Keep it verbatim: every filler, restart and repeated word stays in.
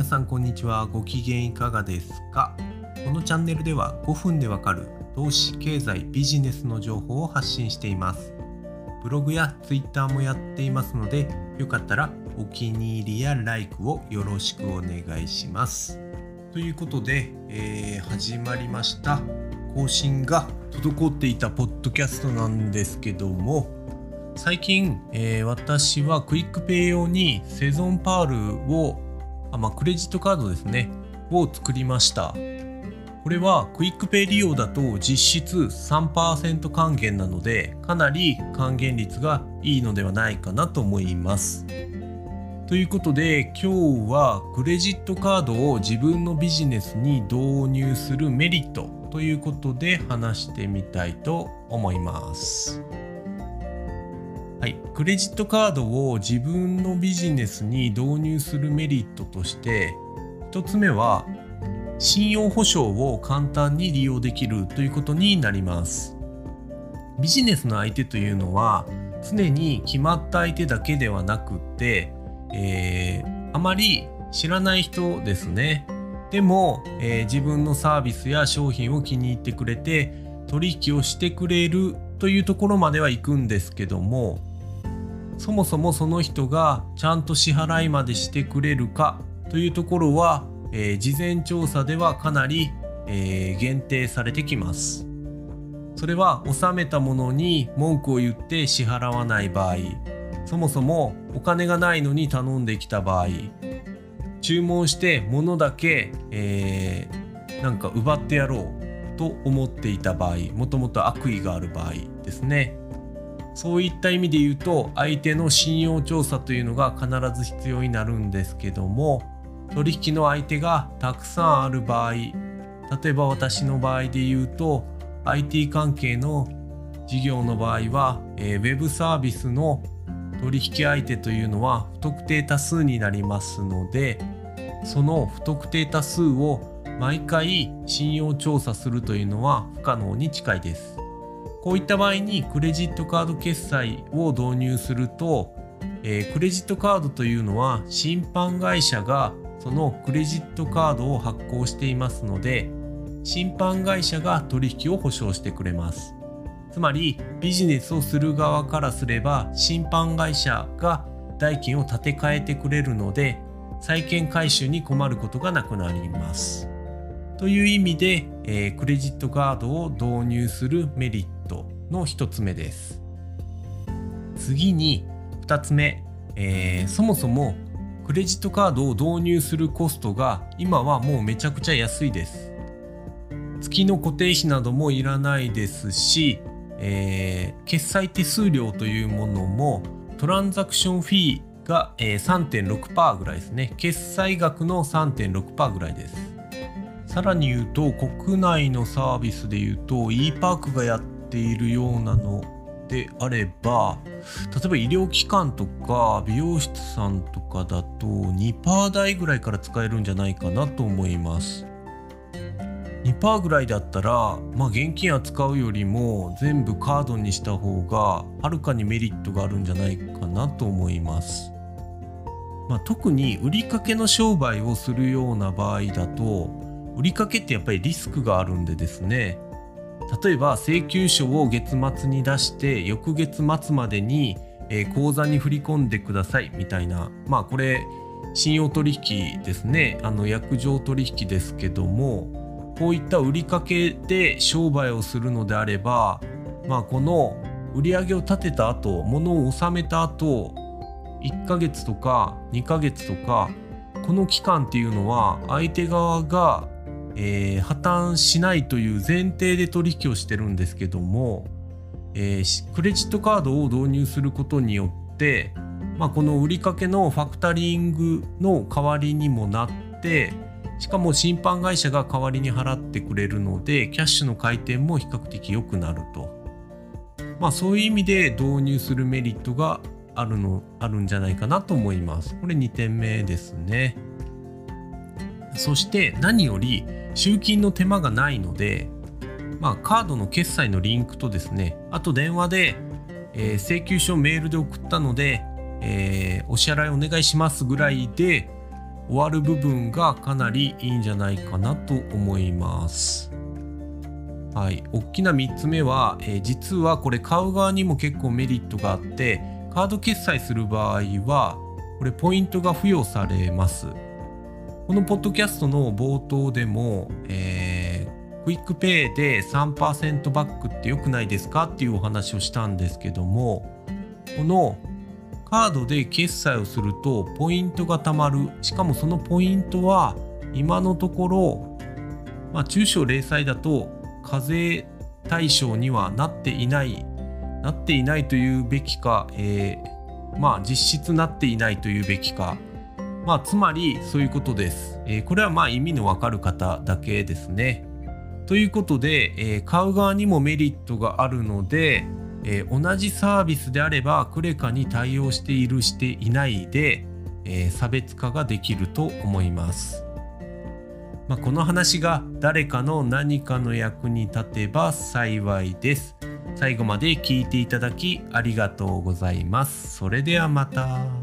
皆さんこんにちは。ご機嫌いかがですか？このチャンネルではごふんでわかる投資、経済、ビジネスの情報を発信しています。ブログやツイッターもやっていますので、よかったらお気に入りやライクをよろしくお願いします。ということで、えー、始まりました。更新が滞っていたポッドキャストなんですけども、最近、えー、私はクイックペイ用にセゾンパールをあ、まあ、クレジットカードですねを作りました。これはクイックペイ利用だと実質 さんパーセント 還元なので、かなり還元率がいいのではないかなと思います。ということで、今日はクレジットカードを自分のビジネスに導入するメリットということで話してみたいと思います。はい、クレジットカードを自分のビジネスに導入するメリットとして、ひとつめは信用保証を簡単に利用できるということになります。ビジネスの相手というのは常に決まった相手だけではなくって、えー、あまり知らない人ですね。でも、えー、自分のサービスや商品を気に入ってくれて取引をしてくれるというところまでは行くんですけども、そもそもその人がちゃんと支払いまでしてくれるかというところは、えー、事前調査ではかなり、えー、限定されてきます。それは納めたものに文句を言って支払わない場合、そもそもお金がないのに頼んできた場合、注文して物だけ、えー、なんか奪ってやろうと思っていた場合、もともと悪意がある場合ですね。そういった意味で言うと、相手の信用調査というのが必ず必要になるんですけども、取引の相手がたくさんある場合、例えば私の場合で言うと アイティー 関係の事業の場合は、えー、ウェブサービスの取引相手というのは不特定多数になりますので、その不特定多数を毎回信用調査するというのは不可能に近いです。こういった場合にクレジットカード決済を導入すると、えー、クレジットカードというのは信販会社がそのクレジットカードを発行していますので、信販会社が取引を保証してくれます。つまりビジネスをする側からすれば、信販会社が代金を立て替えてくれるので、債権回収に困ることがなくなります。という意味で、えー、クレジットカードを導入するメリットのひとつめです。次にふたつめ、えー、そもそもクレジットカードを導入するコストが今はもうめちゃくちゃ安いです。月の固定費などもいらないですし、えー、決済手数料というものもトランザクションフィーが、えー、さんてんろくパーセント ぐらいですね。決済額の さんてんろくパーセント ぐらいです。さらに言うと、国内のサービスで言うと e パークがやっているようなのであれば、例えば医療機関とか美容室さんとかだと にパーセント 台ぐらいから使えるんじゃないかなと思います。にパーセント ぐらいだったら、まあ、現金扱うよりも全部カードにした方がはるかにメリットがあるんじゃないかなと思います。まあ、特に売りかけの商売をするような場合だと、売りかけってやっぱりリスクがあるんでですね、例えば請求書を月末に出して翌月末までに、えー、口座に振り込んでくださいみたいな、まあこれ信用取引ですね、あの約定取引ですけども、こういった売りかけで商売をするのであれば、まあこの売り上げを立てた後、物を納めた後いっかげつとかにかげつとか、この期間っていうのは相手側がえー、破綻しないという前提で取引をしてるんですけども、えー、クレジットカードを導入することによって、まあ、この売りかけのファクタリングの代わりにもなって、しかも信販会社が代わりに払ってくれるので、キャッシュの回転も比較的良くなると、まあ、そういう意味で導入するメリットがあるのあるんじゃないかなと思います。これにてんめですね。そして何より集金の手間がないので、まあ、カードの決済のリンクとですね、あと電話で、えー、請求書をメールで送ったので、えー、お支払いお願いしますぐらいで終わる部分がかなりいいんじゃないかなと思います。はい、大きなみっつめは、えー、実はこれ買う側にも結構メリットがあって、カード決済する場合はこれポイントが付与されます。このポッドキャストの冒頭でも、えー、クイックペイで さんパーセント バックって良くないですかっていうお話をしたんですけども、このカードで決済をするとポイントが貯まる。しかもそのポイントは今のところ、まあ、中小零細だと課税対象にはなっていないなっていないというべきか、えー、まあ実質なっていないというべきか、まあつまりそういうことです。えー、これはまあ意味のわかる方だけですね。ということで、えー、買う側にもメリットがあるので、えー、同じサービスであればクレカに対応しているしていないで、えー、差別化ができると思います。まあ、この話が誰かの何かの役に立てば幸いです。最後まで聞いていただきありがとうございます。それではまた。